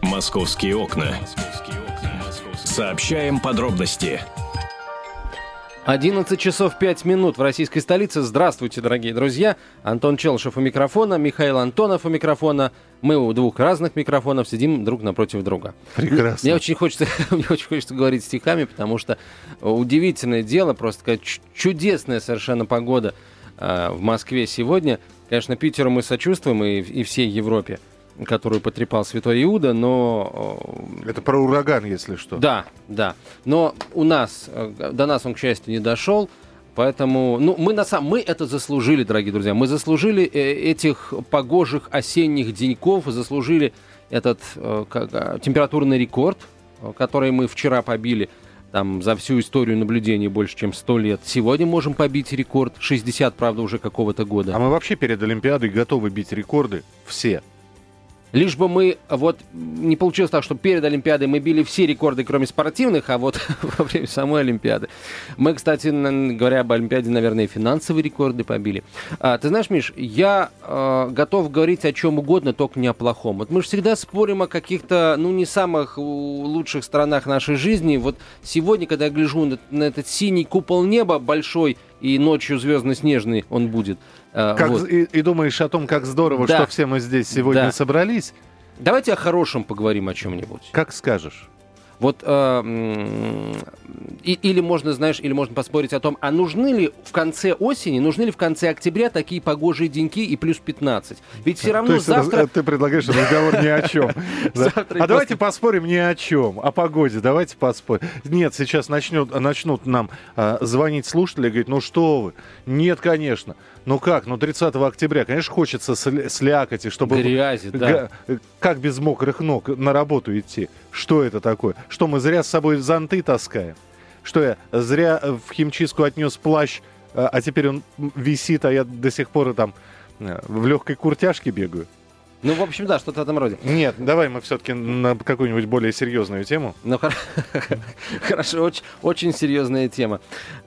«Московские окна». Сообщаем подробности. 11 часов 5 минут в российской столице. Здравствуйте, дорогие друзья. Антон Челышев у микрофона, Михаил Антонов у микрофона. Мы у двух разных микрофонов сидим друг напротив друга. Прекрасно. Мне очень хочется говорить стихами, потому что удивительное дело, просто такая чудесная совершенно погода в Москве сегодня. Конечно, Питеру мы сочувствуем и всей Европе, которую потрепал святой Иуда, но... Это про ураган, если что. Да. Но до нас он, к счастью, не дошел, поэтому... Мы это заслужили, дорогие друзья. Мы заслужили этих погожих осенних деньков, заслужили этот температурный рекорд, который мы вчера побили там, за всю историю наблюдений больше, чем 100 лет. Сегодня можем побить рекорд, 60, правда, уже какого-то года. А мы вообще перед Олимпиадой готовы бить рекорды все. Лишь бы мы, не получилось так, что перед Олимпиадой мы били все рекорды, кроме спортивных, а вот во время самой Олимпиады. Мы, кстати, говоря об Олимпиаде, наверное, и финансовые рекорды побили. Ты знаешь, Миш, я готов говорить о чем угодно, только не о плохом. Вот мы же всегда спорим о каких-то, не самых лучших сторонах нашей жизни. Вот сегодня, когда я гляжу на этот синий купол неба большой, и ночью звездно-снежный он будет. И думаешь о том, как здорово, что все мы здесь сегодня собрались. Давайте о хорошем поговорим о чем-нибудь. Как скажешь. Вот или можно поспорить о том, а нужны ли в конце осени, в конце октября такие погожие деньки и плюс 15? Ведь все равно завтра... Ты предлагаешь разговор ни о чем. А давайте поспорим ни о чем. О погоде давайте поспорим. Нет, сейчас начнут нам звонить слушатели и говорить, что вы? Нет, конечно. 30 октября, конечно, хочется слякоти, чтобы... Грязи, да. Как без мокрых ног на работу идти? Что это такое? Что, мы зря с собой зонты таскаем? Что, я зря в химчистку отнес плащ, а теперь он висит, а я до сих пор там в легкой куртяжке бегаю? В общем, да, что-то в этом роде. Нет, давай мы все-таки на какую-нибудь более серьезную тему. Хорошо, очень серьезная тема.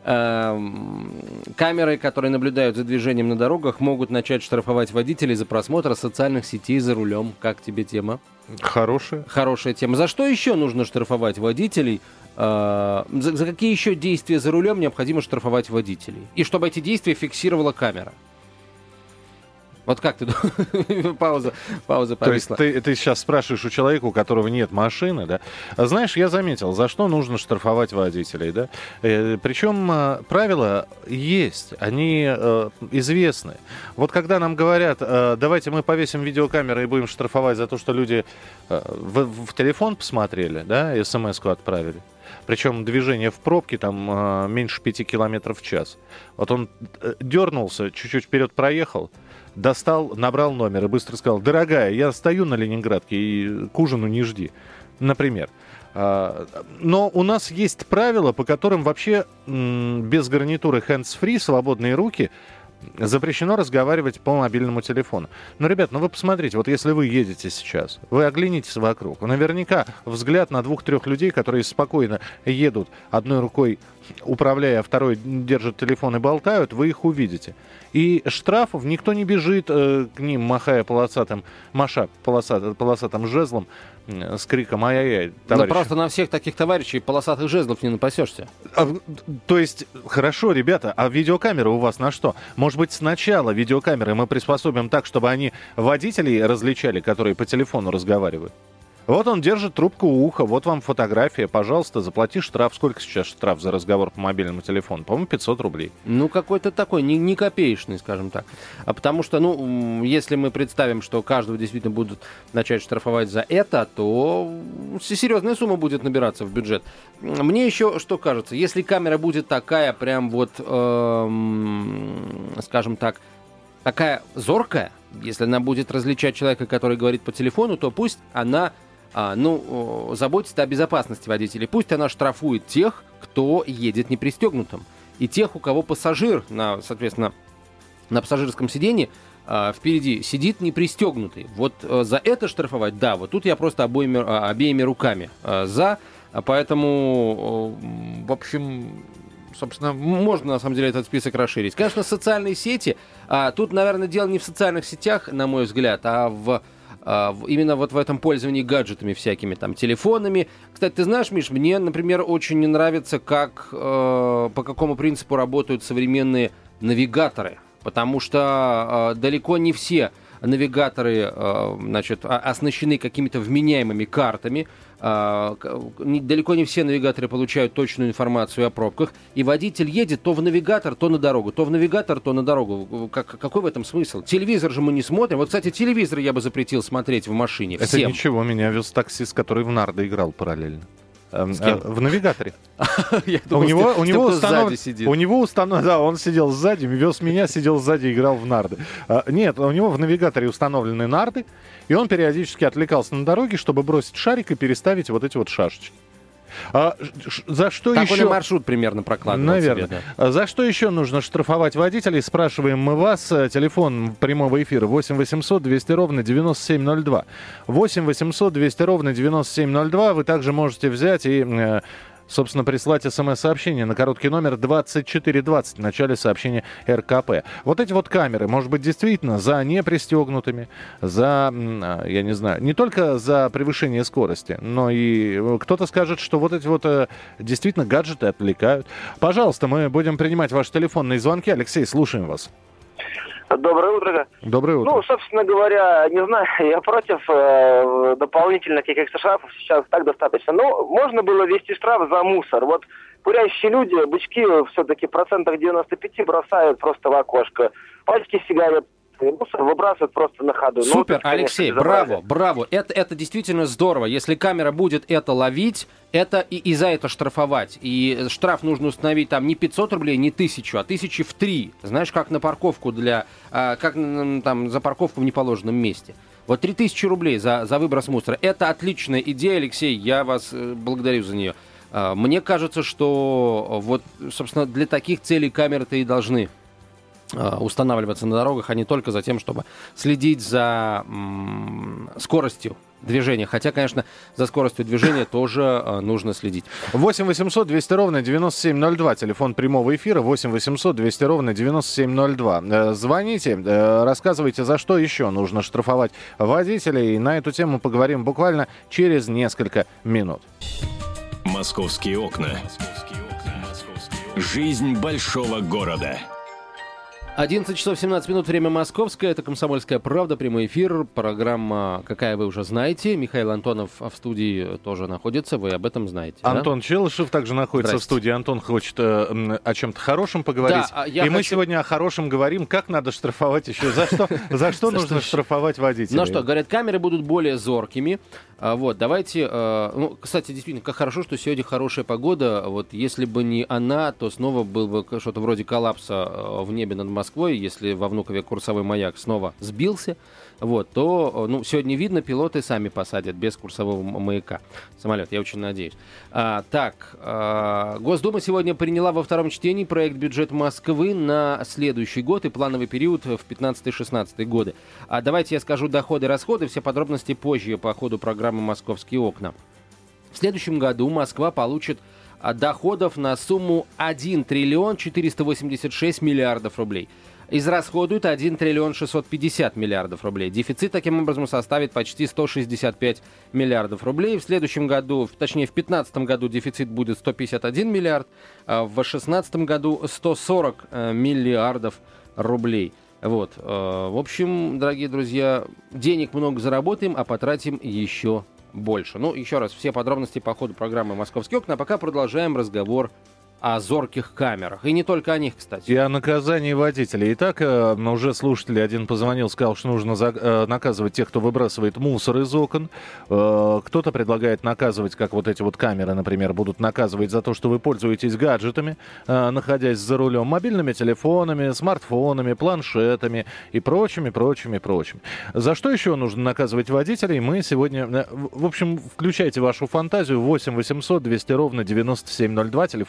Камеры, которые наблюдают за движением на дорогах, могут начать штрафовать водителей за просмотр социальных сетей за рулем. Как тебе тема? Хорошая тема. За что еще нужно штрафовать водителей? За какие еще действия за рулем необходимо штрафовать водителей? И чтобы эти действия фиксировала камера. Вот как ты думаешь? Пауза повисла. То есть ты сейчас спрашиваешь у человека, у которого нет машины, да? Знаешь, я заметил, за что нужно штрафовать водителей, да? Причем правила есть, они известны. Вот когда нам говорят, давайте мы повесим видеокамеры и будем штрафовать за то, что люди в телефон посмотрели, да, смс-ку отправили. Причем движение в пробке там меньше 5 километров в час. Вот он дернулся, чуть-чуть вперед проехал, достал, набрал номер и быстро сказал: дорогая, я стою на Ленинградке и к ужину не жди, например. Но у нас есть правила, по которым вообще без гарнитуры hands-free, свободные руки, запрещено разговаривать по мобильному телефону. Ребят, вы посмотрите, вот если вы едете сейчас, вы оглянитесь вокруг. Наверняка взгляд на 2-3 людей, которые спокойно едут, одной рукой управляя, а второй держит телефон и болтают, вы их увидите. И штрафов никто не бежит к ним, махая полосатым жезлом с криком «Ай-яй-яй, товарищ». Просто на всех таких товарищей полосатых жезлов не напасешься. То есть, хорошо, ребята, а видеокамеры у вас на что? Может быть, сначала видеокамеры мы приспособим так, чтобы они водителей различали, которые по телефону разговаривают? Вот он держит трубку у уха, вот вам фотография, пожалуйста, заплати штраф. Сколько сейчас штраф за разговор по мобильному телефону? По-моему, 500 рублей. Какой-то такой, не копеечный, скажем так. А потому что, если мы представим, что каждого действительно будут начать штрафовать за это, то серьезная сумма будет набираться в бюджет. Мне еще что кажется, если камера будет такая прям скажем так, такая зоркая, если она будет различать человека, который говорит по телефону, то пусть она заботится о безопасности водителей. Пусть она штрафует тех, кто едет непристегнутым. И тех, у кого пассажир, соответственно, на пассажирском сидении впереди сидит непристегнутый. Вот за это штрафовать, да, вот тут я просто обеими руками за. Поэтому, в общем, собственно, можно, на самом деле, этот список расширить. Конечно, социальные сети. Тут, наверное, дело не в социальных сетях, на мой взгляд, а в именно вот в этом пользовании гаджетами всякими, там, телефонами. Кстати, ты знаешь, Миш, мне, например, очень не нравится, по какому принципу работают современные навигаторы, потому что далеко не все навигаторы, оснащены какими-то вменяемыми картами. Далеко не все навигаторы получают точную информацию о пробках. И водитель едет то в навигатор, то на дорогу. То в навигатор, то на дорогу. Какой в этом смысл? Телевизор же мы не смотрим. Вот, кстати, телевизор я бы запретил смотреть в машине. Это всем. ничего, меня вез таксист, который в нарды играл параллельно. В навигаторе. У него установлено, да, он сидел сзади, вез меня, сидел сзади, играл в нарды. Нет, у него в навигаторе установлены нарды, и он периодически отвлекался на дороге, чтобы бросить шарик и переставить вот эти вот шашечки. За что так еще... он и маршрут примерно прокладывал. Наверное. Себе, да. За что еще нужно штрафовать водителей? Спрашиваем мы вас. Телефон прямого эфира 8 800 200 ровно 9702. 8 800 200 ровно 9702. Вы также можете взять и... собственно, прислать смс-сообщение на короткий номер 2420 в начале сообщения РКП. Вот эти вот камеры, может быть, действительно за непристегнутыми, за, я не знаю, не только за превышение скорости, но и кто-то скажет, что вот эти вот действительно гаджеты отвлекают. Пожалуйста, мы будем принимать ваши телефонные звонки. Алексей, слушаем вас. Доброе утро. Доброе утро. Ну, собственно говоря, не знаю, я против дополнительных каких-то штрафов, сейчас так достаточно. Но можно было ввести штраф за мусор. Вот курящие люди, бычки все-таки 95% бросают просто в окошко. Пачки сигарет, мусор выбрасывают просто на ходу. Супер, ну, Алексей, браво. Это действительно здорово. Если камера будет это ловить, это и за это штрафовать. И штраф нужно установить там не 500 рублей, не 1000, а 1000 в 3. Знаешь, как на парковку за парковку в неположенном месте. Вот 3000 рублей за выброс мусора. Это отличная идея, Алексей, я вас благодарю за нее. Мне кажется, что вот, собственно, для таких целей камеры-то и должны устанавливаться на дорогах, а не только за тем, чтобы следить за скоростью движения. Хотя, конечно, за скоростью движения тоже нужно следить. 8 800 200 ровно 9702. Телефон прямого эфира 8 800 200 ровно 9702. Звоните, рассказывайте, за что еще нужно штрафовать водителей. И на эту тему поговорим буквально через несколько минут. Московские окна. Жизнь большого города. 11 часов 17 минут, время московское. Это «Комсомольская правда», прямой эфир. Программа, какая вы уже знаете. Михаил Антонов в студии тоже находится. Вы об этом знаете. Антон Челышев также находится в студии. Антон хочет о чем-то хорошем поговорить. Да, мы сегодня о хорошем говорим. Как надо штрафовать еще? За что нужно штрафовать водителей? Ну что, говорят, камеры будут более зоркими. Вот, давайте... кстати, действительно, как хорошо, что сегодня хорошая погода. Вот если бы не она, то снова был бы что-то вроде коллапса в небе над Москвой. Если во Внукове курсовой маяк снова сбился, вот, то сегодня видно, пилоты сами посадят без курсового маяка самолет. Я очень надеюсь. Госдума сегодня приняла во втором чтении проект бюджета Москвы на следующий год и плановый период в 15-16 годы. Давайте я скажу доходы и расходы. Все подробности позже по ходу программы «Московские окна». В следующем году Москва получит доходов на сумму 1 триллион 486 миллиардов рублей. Израсходуют 1 триллион 650 миллиардов рублей. Дефицит таким образом составит почти 165 миллиардов рублей. В следующем году, точнее в 2015 году дефицит будет 151 миллиард, а в 2016 году 140 миллиардов рублей. Вот. В общем, дорогие друзья, денег много заработаем, а потратим еще больше. Еще раз, все подробности по ходу программы «Московские окна». А пока продолжаем разговор о зорких камерах. И не только о них, кстати. И о наказании водителей. Итак, уже слушатель один позвонил, сказал, что нужно наказывать тех, кто выбрасывает мусор из окон. Кто-то предлагает наказывать, как вот эти вот камеры, например, будут наказывать за то, что вы пользуетесь гаджетами, находясь за рулем, мобильными телефонами, смартфонами, планшетами и прочими. За что еще нужно наказывать водителей? Мы сегодня... В общем, включайте вашу фантазию. 8 800 200 ровно 9702. Телефон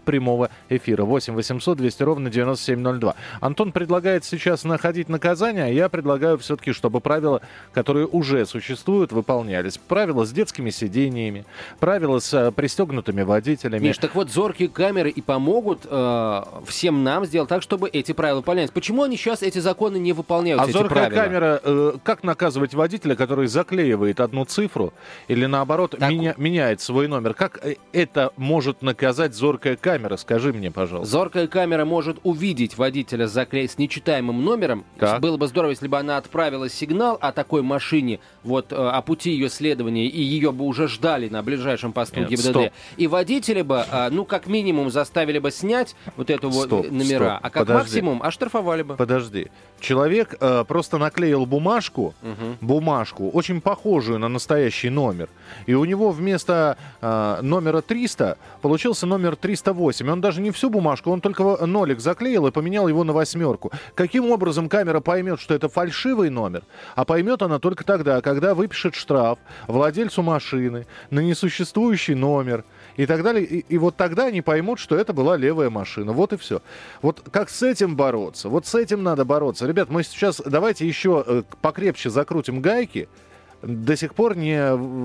прямого эфира. 8 800 200 ровно 9702. Антон предлагает сейчас находить наказание, а я предлагаю все-таки, чтобы правила, которые уже существуют, выполнялись. Правила с детскими сидениями, правила с пристегнутыми водителями. Миш, так вот, зоркие камеры и помогут всем нам сделать так, чтобы эти правила выполнялись. Почему они сейчас эти законы не выполняют, эти зоркая правила? камера, как наказывать водителя, который заклеивает одну цифру или наоборот меняет свой номер? Как это может наказать зоркая камера? Скажи мне, пожалуйста. Зоркая камера может увидеть водителя с нечитаемым номером. Так. Было бы здорово, если бы она отправила сигнал о такой машине, вот о пути ее следования, и ее бы уже ждали на ближайшем посту ГИБДД. Стоп. И водители бы, как минимум, заставили бы снять вот эту вот номера, а как Подожди. максимум оштрафовали бы. Подожди. Человек просто наклеил бумажку, очень похожую на настоящий номер. И у него вместо номера 300 получился номер 308. И он даже не всю бумажку, он только нолик заклеил и поменял его на 8. Каким образом камера поймет, что это фальшивый номер? А поймет она только тогда, когда выпишет штраф владельцу машины на несуществующий номер и так далее. И вот тогда они поймут, что это была левая машина. Вот и все. Вот как с этим бороться? Вот с этим надо бороться. Ребят, мы сейчас давайте еще покрепче закрутим гайки, до сих пор не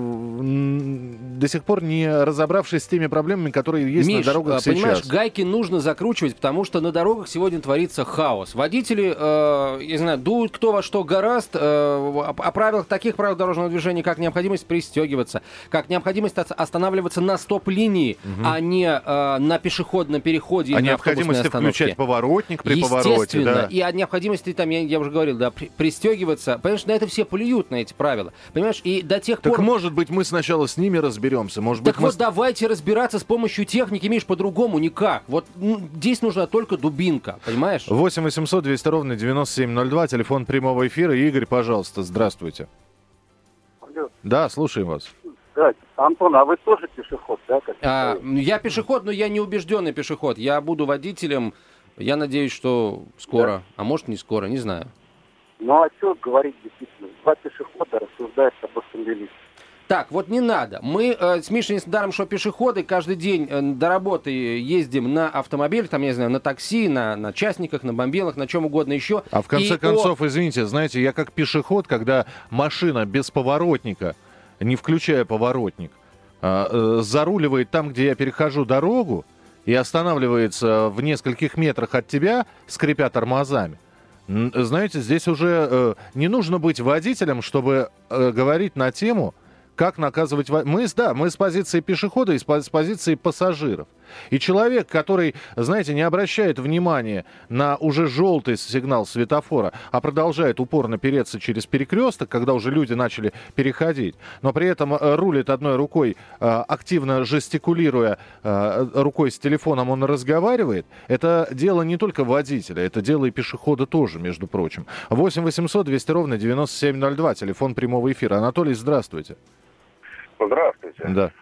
разобравшись с теми проблемами, которые есть на дорогах сейчас. Понимаешь, гайки нужно закручивать, потому что на дорогах сегодня творится хаос. Водители, я не знаю, дуют кто во что гораст, о правилах, таких правил дорожного движения, как необходимость пристегиваться, как необходимость останавливаться на стоп-линии, а не на пешеходном переходе или на автобусной остановке. Необходимости включать поворотник при повороте. Да. И о необходимости, там, я уже говорил, да, пристегиваться. Понимаешь, на это все плюют, на эти правила. Понимаешь, и до тех пор... Так, может быть, мы сначала с ними разберемся. Может быть, давайте разбираться с помощью техники, Миш, по-другому никак. Вот здесь нужна только дубинка, понимаешь? 8 800 200 ровно 9702, телефон прямого эфира. Игорь, пожалуйста, здравствуйте. Алло. Да, слушаем вас. Да, Антон, а вы тоже пешеход, да? Я пешеход, но я не убежденный пешеход. Я буду водителем, я надеюсь, что скоро, да. А может не скоро, не знаю. Ну а что говорить действительно? Два пешехода рассуждают об автомобилисте. Так, вот не надо. Мы с Мишей недаром, что пешеходы, каждый день до работы ездим на автомобиле, там, я не знаю, на такси, на частниках, на бомбилах, на чем угодно еще. А в конце концов, извините, знаете, я как пешеход, когда машина без поворотника, не включая поворотник, заруливает там, где я перехожу дорогу, и останавливается в нескольких метрах от тебя, скрипя тормозами, знаете, здесь уже не нужно быть водителем, чтобы говорить на тему, как наказывать... Мы с позиции пешехода и с позиции пассажиров. И человек, который, знаете, не обращает внимания на уже желтый сигнал светофора, а продолжает упорно переться через перекресток, когда уже люди начали переходить, но при этом рулит одной рукой, активно жестикулируя рукой с телефоном, он разговаривает, это дело не только водителя, это дело и пешехода тоже, между прочим. 8 800 200 ровно 9702, телефон прямого эфира. Анатолий, здравствуйте. Здравствуйте. Да.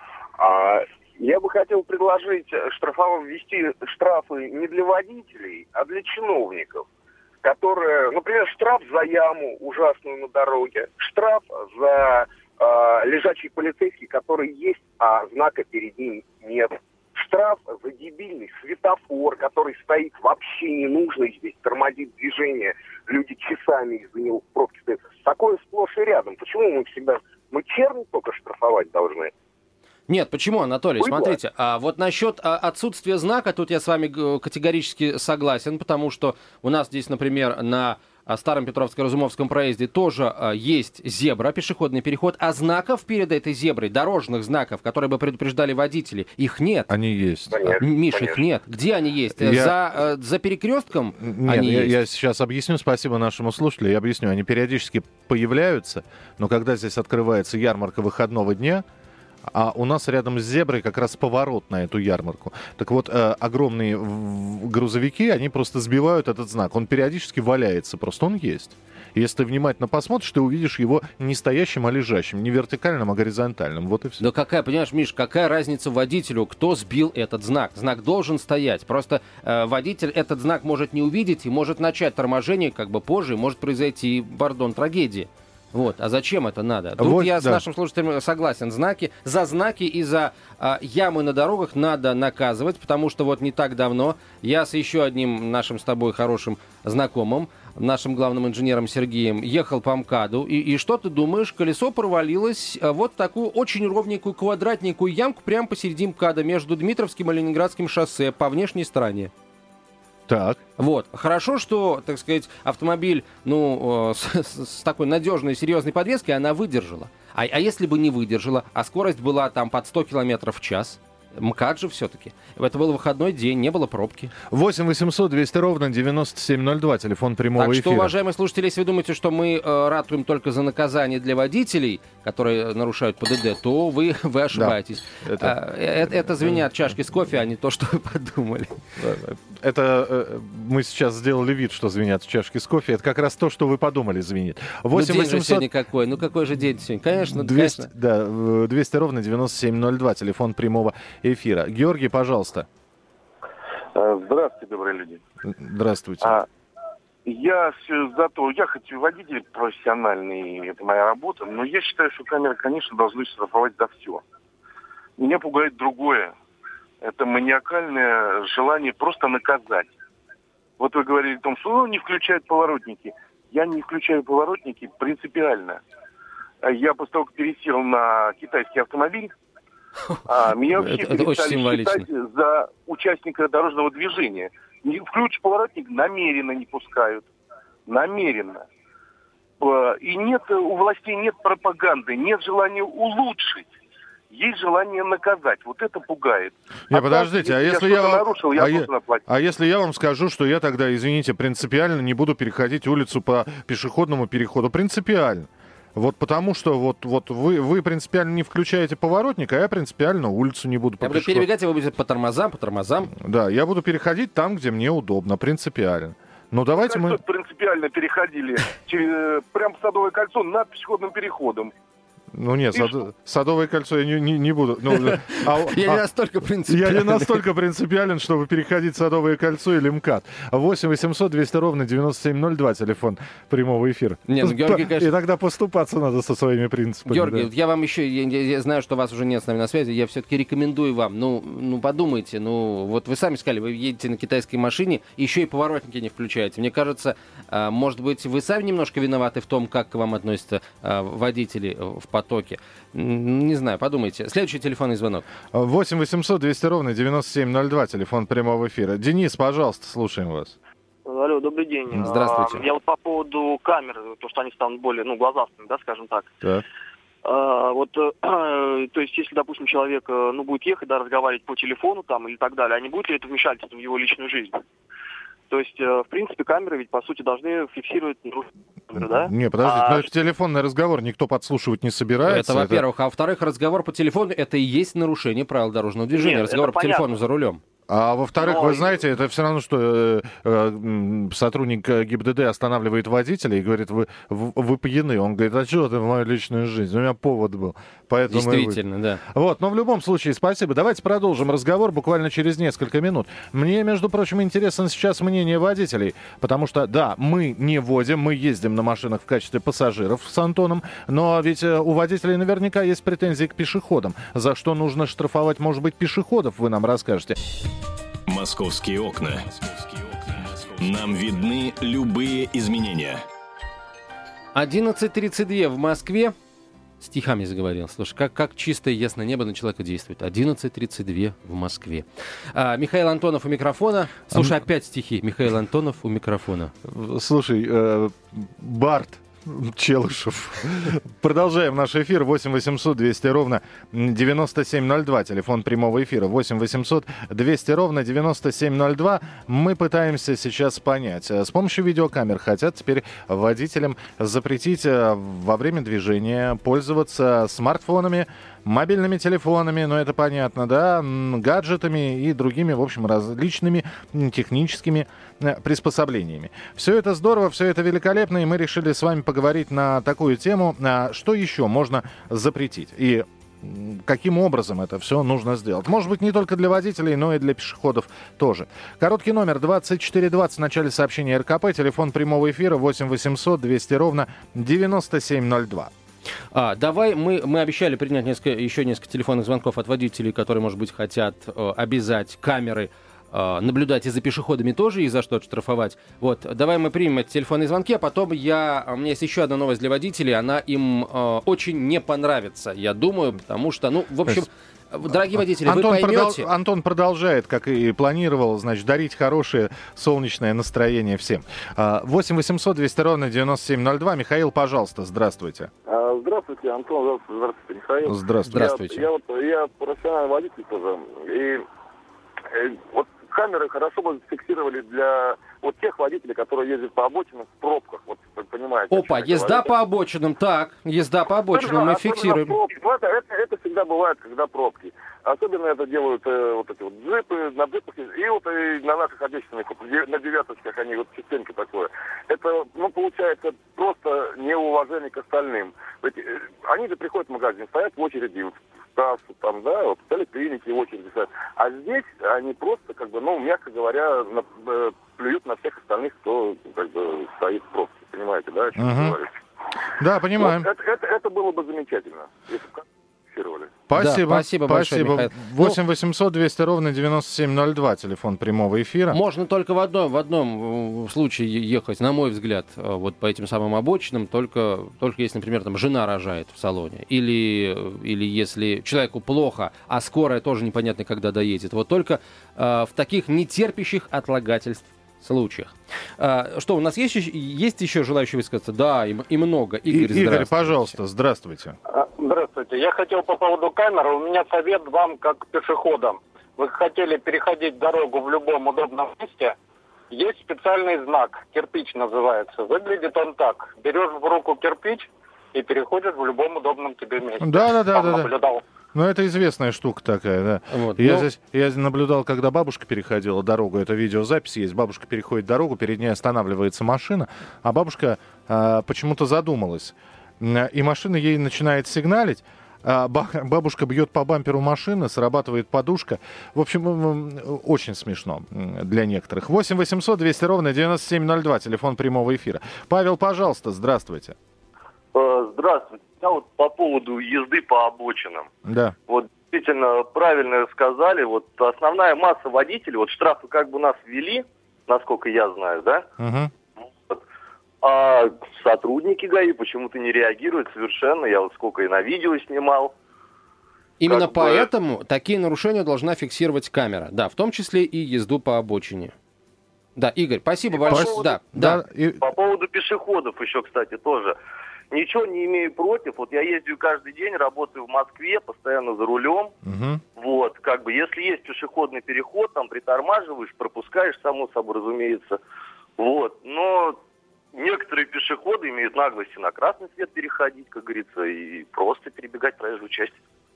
Я бы хотел предложить ввести штрафы не для водителей, а для чиновников, которые, например, штраф за яму ужасную на дороге, штраф за лежачий полицейский, который есть, а знака перед ним нет, штраф за дебильный светофор, который стоит вообще ненужный, здесь тормозит движение, люди часами из-за него в пробке стоят. Такое сплошь и рядом. Почему мы черных только штрафовать должны? Нет, почему, Анатолий? Смотрите, вот насчет отсутствия знака, тут я с вами категорически согласен, потому что у нас здесь, например, на Старом Петровско-Разумовском проезде тоже есть зебра, пешеходный переход, а знаков перед этой зеброй, дорожных знаков, которые бы предупреждали водителей, их нет. Они есть. Миш, их нет. Где они есть? За перекрестком? Нет, я сейчас объясню, спасибо нашему слушателю, я объясню. Они периодически появляются, но когда здесь открывается ярмарка выходного дня, а у нас рядом с зеброй как раз поворот на эту ярмарку. Так вот, огромные грузовики, они просто сбивают этот знак. Он периодически валяется, просто он есть. Если ты внимательно посмотришь, ты увидишь его не стоящим, а лежащим. Не вертикальным, а горизонтальным. Вот и все. Да какая, понимаешь, Миш, какая разница водителю, кто сбил этот знак? Знак должен стоять. Просто водитель этот знак может не увидеть и может начать торможение как бы позже, и может произойти, трагедия. Вот. А зачем это надо? Тут Вот, я с да. нашим слушателем согласен. За знаки и за ямы на дорогах надо наказывать, потому что вот не так давно я с еще одним нашим с тобой хорошим знакомым, нашим главным инженером Сергеем, ехал по МКАДу, и что ты думаешь, колесо провалилось вот в такую очень ровненькую квадратненькую ямку прямо посередине МКАДа между Дмитровским и Ленинградским шоссе по внешней стороне. Так. Вот. Хорошо, что, так сказать, автомобиль, с такой надежной, серьезной подвеской она выдержала. А если бы не выдержала, а скорость была там под 100 км в час, МКАД же все-таки. Это был выходной день, не было пробки. 8 800 200 ровно 9702, телефон прямого Так эфира. что, уважаемые слушатели, если вы думаете, что мы ратуем только за наказание для водителей, которые нарушают ПДД, то вы ошибаетесь. Да. Это звенят чашки с кофе, а не то, что вы подумали. Это мы сейчас сделали вид, что звенят чашки с кофе. Это как раз то, что вы подумали, звенит. 8 день же 800 сегодня какой? Ну, какой же день сегодня? Конечно, 200, конечно. да, 200 ровно 9702, телефон прямого эфира. Георгий, пожалуйста. Здравствуйте, добрые люди. Здравствуйте. Я хоть и водитель профессиональный, это моя работа, но я считаю, что камеры, конечно, должны штрафовать за все. Меня пугает другое. Это маниакальное желание просто наказать. Вот вы говорили о том, что не включают поворотники. Я не включаю поворотники принципиально. Я после того, как пересел на китайский автомобиль, меня вообще Это очень перестали символично. считать за участника дорожного движения. Не включишь поворотник, намеренно не пускают. Намеренно. И у властей нет пропаганды, нет желания улучшить. Есть желание наказать. Вот это пугает. Подождите, если я нарушил, я должен оплатить. А если я вам скажу, что я тогда, извините, принципиально не буду переходить улицу по пешеходному переходу? Принципиально. Вот потому что вот вы принципиально не включаете поворотник, а я принципиально улицу не буду по Я буду пешеходу. перебегать, и вы будете по тормозам. Да, я буду переходить там, где мне удобно, принципиально. Ну давайте мы... Принципиально переходили прямо в Садовое кольцо над пешеходным переходом. Ну нет, Садовое кольцо я не буду. Я не настолько принципиален. Я не настолько принципиален, чтобы переходить Садовое кольцо или МКАД. 8 800 200 ровно 9702, телефон прямого эфира. Не, ну, Георгий, конечно... Иногда поступаться надо со своими принципами. Георгий, да. я вам еще, я знаю, что вас уже нет с нами на связи, я все-таки рекомендую вам, ну подумайте, вот вы сами сказали, вы едете на китайской машине, еще и поворотники не включаете. Мне кажется, может быть, вы сами немножко виноваты в том, как к вам относятся водители в потоке. Не знаю, подумайте. Следующий телефонный звонок. 8 800 200 ровно 9702, телефон прямого эфира. Денис, пожалуйста, слушаем вас. Алло, добрый день. Здравствуйте. Я вот по поводу камер, то, что они станут более, глазастыми, да, скажем так. Так. То есть, если, допустим, человек, будет ехать, да, разговаривать по телефону там или так далее, а не будет ли это вмешательством в его личную жизнь? То есть, в принципе, камеры ведь, по сути, должны фиксировать камеры, да? Не, подождите, но это телефонный разговор, никто подслушивать не собирается. Это, во-первых. А во-вторых, разговор по телефону — это и есть нарушение правил дорожного движения. Нет, разговор это по телефону понятно. за рулем. А во-вторых, Но... вы знаете, это все равно, что сотрудник ГИБДД останавливает водителя и говорит, вы пьяны. Он говорит, а что это в мою личную жизнь? У меня повод был. Поэтому Действительно, да. Вот, но в любом случае, спасибо. Давайте продолжим разговор буквально через несколько минут. Мне, между прочим, интересно сейчас мнение водителей, потому что, да, мы не водим, мы ездим на машинах в качестве пассажиров с Антоном, но ведь у водителей наверняка есть претензии к пешеходам. За что нужно штрафовать, может быть, пешеходов, вы нам расскажете. «Московские окна». Нам видны любые изменения. 11:32 в Москве. Стихами заговорил. Слушай, как чистое ясное небо на человека действует. 11:32 в Москве. Михаил Антонов у микрофона. Слушай, опять стихи. Михаил Антонов у микрофона. Слушай, Барт Челышев. Продолжаем наш эфир. 8 800 200 ровно 9702. Телефон прямого эфира. 8 800 200 ровно 9702. Мы пытаемся сейчас понять. С помощью видеокамер хотят теперь водителям запретить во время движения пользоваться смартфонами, мобильными телефонами, ну это понятно, да, гаджетами и другими, в общем, различными техническими приспособлениями. Все это здорово, все это великолепно, и мы решили с вами поговорить на такую тему, что еще можно запретить. И каким образом это все нужно сделать. Может быть, не только для водителей, но и для пешеходов тоже. Короткий номер 2420 в начале сообщения РКП, телефон прямого эфира 8 800 200 ровно 9702. Давай, мы обещали принять еще несколько телефонных звонков от водителей, которые, может быть, хотят обязать камеры наблюдать и за пешеходами тоже, и за что штрафовать. Вот, давай мы примем эти телефонные звонки, а потом у меня есть еще одна новость для водителей, она им очень не понравится, я думаю, потому что, в общем, дорогие водители, вы поймете... Антон продолжает, как и планировал, значит, дарить хорошее солнечное настроение всем. 8 800 200 ровно 9702. Михаил, пожалуйста, здравствуйте. Здравствуйте, Антон, здравствуйте, Михаил. Здравствуйте. Я профессиональный водитель тоже, и вот камеры хорошо бы фиксировали для вот тех водителей, которые ездят по обочинам в пробках, вот вы понимаете. Опа, езда по обочинам, так, езда по обочинам мы фиксируем. Это всегда бывает, когда пробки. Особенно это делают вот эти вот джипы, на джипах, и вот и на наших отечественных, на девяточках они вот частенько такое. Это, получается, просто неуважение к остальным. Ведь они же приходят в магазин, стоят в очереди, в кассу, там, да, вот в поликлинике в очереди стоят. А здесь они просто, мягко говоря, плюют на всех остальных, кто, стоит в пробке. Понимаете, да, о чем я говорю? Да, понимаем. Вот, это было бы замечательно, если бы фиксировали. Спасибо. Да, спасибо большое, Михаил. 8 800 200 ровно 9702, телефон прямого эфира. Можно только в одном случае ехать, на мой взгляд, вот по этим самым обочинам, только если, например, там жена рожает в салоне, или если человеку плохо, а скорая тоже непонятно, когда доедет. Вот только в таких нетерпящих отлагательств случаях. Что, у нас есть еще желающие высказаться? Да, и много. Игорь, пожалуйста, здравствуйте. Здравствуйте. Я хотел по поводу камер. У меня совет вам, как пешеходам. Вы хотели переходить дорогу в любом удобном месте. Есть специальный знак, кирпич называется. Выглядит он так. Берешь в руку кирпич и переходишь в любом удобном тебе месте. Да. Наблюдал. Это известная штука такая, да. Вот, я наблюдал, когда бабушка переходила дорогу, это видеозапись есть, бабушка переходит дорогу, перед ней останавливается машина, а бабушка почему-то задумалась. И машина ей начинает сигналить, бабушка бьет по бамперу машины, срабатывает подушка. В общем, очень смешно для некоторых. 8 800 200 ровно 9702, телефон прямого эфира. Павел, пожалуйста, здравствуйте. Здравствуйте. Я вот по поводу езды по обочинам. Да. Вот действительно правильно сказали. Вот основная масса водителей, вот штрафы как бы у нас ввели, насколько я знаю, да? Угу. Вот. А сотрудники ГАИ почему-то не реагируют совершенно. Я вот сколько и на видео снимал. Именно поэтому такие нарушения должна фиксировать камера. Да, в том числе и езду по обочине. Да, Игорь, спасибо большое. Да. По поводу пешеходов еще, кстати, тоже. Ничего не имею против. Вот я ездию каждый день, работаю в Москве, постоянно за рулем. Угу. Вот, если есть пешеходный переход, там притормаживаешь, пропускаешь, само собой, разумеется. Вот, но некоторые пешеходы имеют наглость и на красный свет переходить, как говорится, и просто перебегать проезжую часть.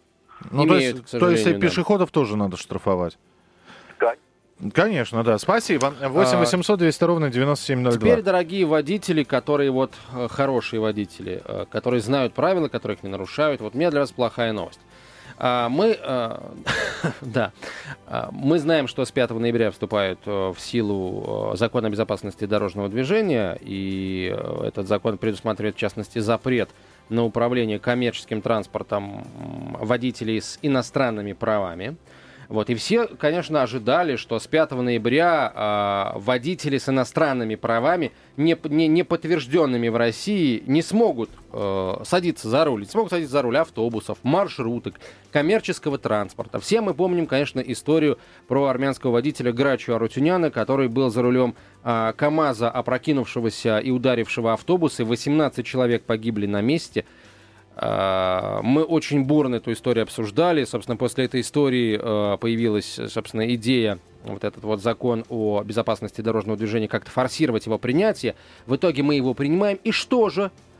То есть и пешеходов тоже надо штрафовать? Конечно, да. Спасибо. 8 800 200 ровно 9702. Теперь, дорогие водители, которые хорошие водители, которые знают правила, которые их не нарушают, у меня для вас плохая новость. Мы знаем, что с 5 ноября вступает в силу закон о безопасности дорожного движения, и этот закон предусматривает, в частности, запрет на управление коммерческим транспортом водителей с иностранными правами. И все, конечно, ожидали, что с 5 ноября водители с иностранными правами, не подтвержденными в России, не смогут садиться за руль. Не смогут садиться за руль автобусов, маршруток, коммерческого транспорта. Все мы помним, конечно, историю про армянского водителя Грачо Арутюняна, который был за рулем КАМАЗа, опрокинувшегося и ударившего автобус, и 18 человек погибли на месте. Мы очень бурно эту историю обсуждали. Собственно, после этой истории появилась, идея, этот закон о безопасности дорожного движения, как-то форсировать его принятие. В итоге мы его принимаем. И что же?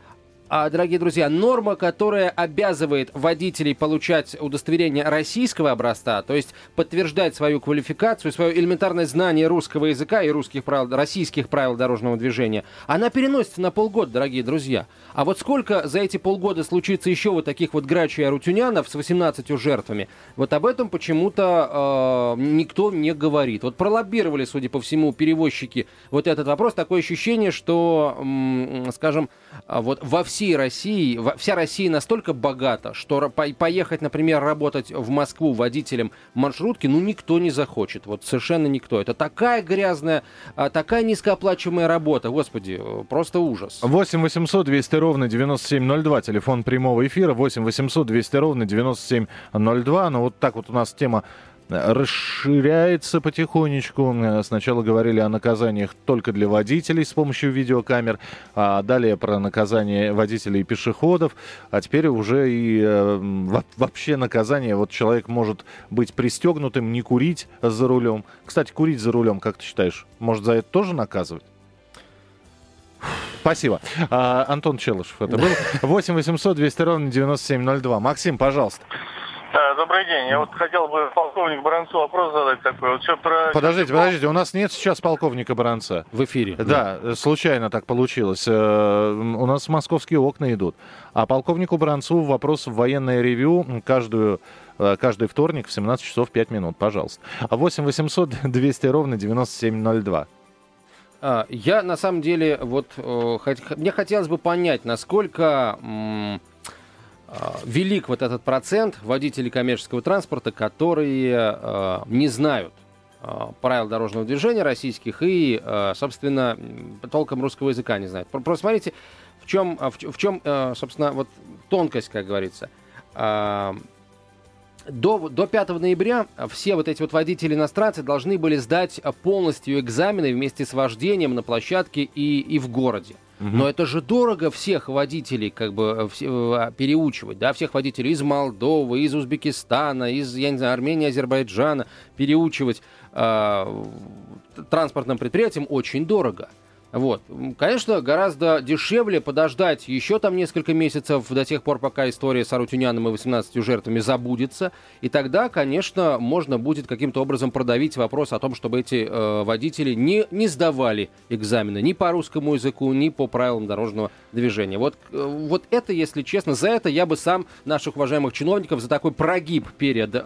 дорогие друзья, норма, которая обязывает водителей получать удостоверение российского образца, то есть подтверждать свою квалификацию, свое элементарное знание русского языка и российских правил дорожного движения, она переносится на полгода, дорогие друзья. А вот сколько за эти полгода случится еще вот таких вот грачей и арутюнянов с 18 жертвами, вот об этом почему-то никто не говорит. Вот пролоббировали, судя по всему, перевозчики вот этот вопрос. Такое ощущение, что, скажем, вот во всей России, вся Россия настолько богата, что поехать, например, работать в Москву водителем маршрутки, никто не захочет. Вот совершенно никто. Это такая грязная, такая низкооплачиваемая работа. Господи, просто ужас. 8 800 200 ровно 9702, телефон прямого эфира, 8 800 200 ровно 9702. Ну, вот так вот у нас тема расширяется потихонечку. Сначала говорили о наказаниях только для водителей с помощью видеокамер, а далее про наказание водителей и пешеходов, а теперь уже и вообще наказание. Вот человек может быть пристегнутым, не курить за рулем. Кстати, курить за рулем, как ты считаешь, может за это тоже наказывать? Спасибо. Антон Челышев это был. 8 800 200 ровно 9702. Максим, пожалуйста. Добрый день. Я вот хотел бы полковнику Баранцу вопрос задать такой. Вот все про... Подождите, у нас нет сейчас полковника Баранца. В эфире. Да, случайно так получилось. У нас московские окна идут. А полковнику Баранцу вопрос в военное ревью каждый вторник в 17 часов 5 минут. Пожалуйста. 8 800 200 ровно 9702. Я, на самом деле, вот мне хотелось бы понять, насколько велик вот этот процент водителей коммерческого транспорта, которые не знают правил дорожного движения российских и, собственно, толком русского языка не знают. Просто смотрите, в чем, собственно, вот тонкость, как говорится. До 5 ноября все вот эти вот водители-иностранцы должны были сдать полностью экзамены вместе с вождением на площадке и в городе. Но это же дорого всех водителей переучивать, да, всех водителей из Молдовы, из Узбекистана, из, я не знаю, Армении, Азербайджана переучивать транспортным предприятиям очень дорого. Вот. Конечно, гораздо дешевле подождать еще там несколько месяцев до тех пор, пока история с Арутюняном и 18 жертвами забудется. И тогда, конечно, можно будет каким-то образом продавить вопрос о том, чтобы эти водители не сдавали экзамены ни по русскому языку, ни по правилам дорожного движения. Вот это, если честно, за это я бы сам наших уважаемых чиновников, за такой прогиб перед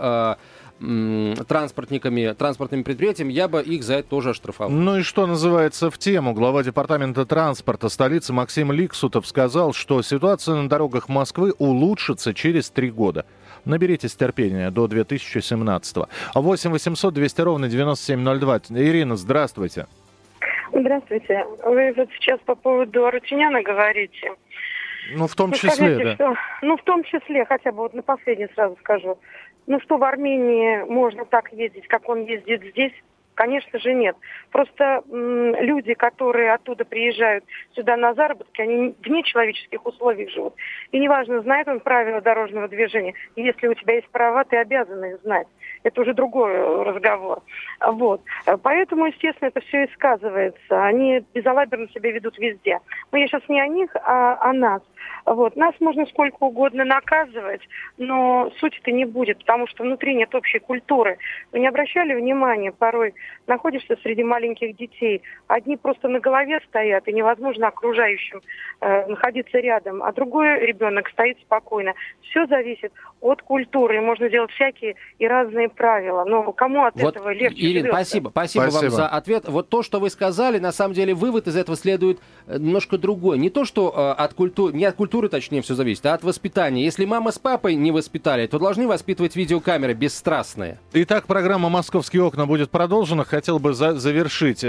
транспортными предприятиями, я бы их за это тоже оштрафовал. Ну и что называется в тему. Глава департамента транспорта столицы Максим Ликсутов сказал, что ситуация на дорогах Москвы улучшится через 3 года. Наберитесь терпения до 2017-го. 8 800 200 ровно 9702. Ирина, здравствуйте. Здравствуйте. Вы вот сейчас по поводу Арутюняна говорите. Ну, в том числе, скажите, да. Что, в том числе, хотя бы вот на последнее сразу скажу. Что в Армении можно так ездить, как он ездит здесь? Конечно же нет. Просто люди, которые оттуда приезжают сюда на заработки, они в нечеловеческих условиях живут. И неважно, знает он правила дорожного движения. Если у тебя есть права, ты обязан их знать. Это уже другой разговор. Вот. Поэтому, естественно, это все и сказывается. Они безалаберно себя ведут везде. Но я сейчас не о них, а о нас. Вот. Нас можно сколько угодно наказывать, но сути-то не будет, потому что внутри нет общей культуры. Вы не обращали внимания, порой находишься среди маленьких детей, одни просто на голове стоят, и невозможно окружающим находиться рядом, а другой ребенок стоит спокойно. Все зависит от культуры, и можно делать всякие и разные правила. Но кому от этого легче Ирина, живется? спасибо вам за ответ. Вот то, что вы сказали, на самом деле вывод из этого следует немножко другой. Не то, что не от культуры, точнее, все зависит, а от воспитания. Если мама с папой не воспитали, то должны воспитывать видеокамеры бесстрастные. Итак, программа «Московские окна» будет продолжена. Хотел бы завершить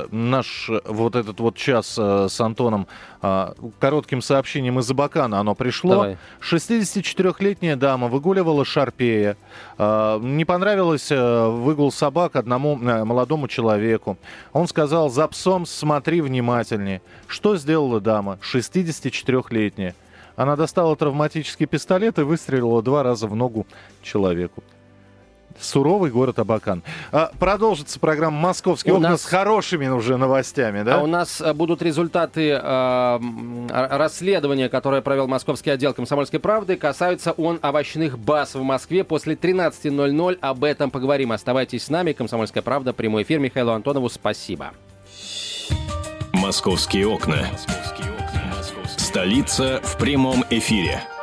наш вот этот вот час с Антоном коротким сообщением из Абакана. Оно пришло. Давай. 64-летняя дама выгуливала шарпея. Не понравилось выгул собак одному молодому человеку. Он сказал: «За псом смотри внимательнее». Что сделала дама, 64-летняя? Она достала травматический пистолет и выстрелила 2 раза в ногу человеку. Суровый город Абакан. Продолжится программа «Московские окна» с хорошими уже новостями, да? А у нас будут результаты расследования, которое провел московский отдел «Комсомольской правды». Касается он овощных баз в Москве. После 13:00 об этом поговорим. Оставайтесь с нами. «Комсомольская правда». Прямой эфир. Михаилу Антонову спасибо. «Московские окна». Столица в прямом эфире.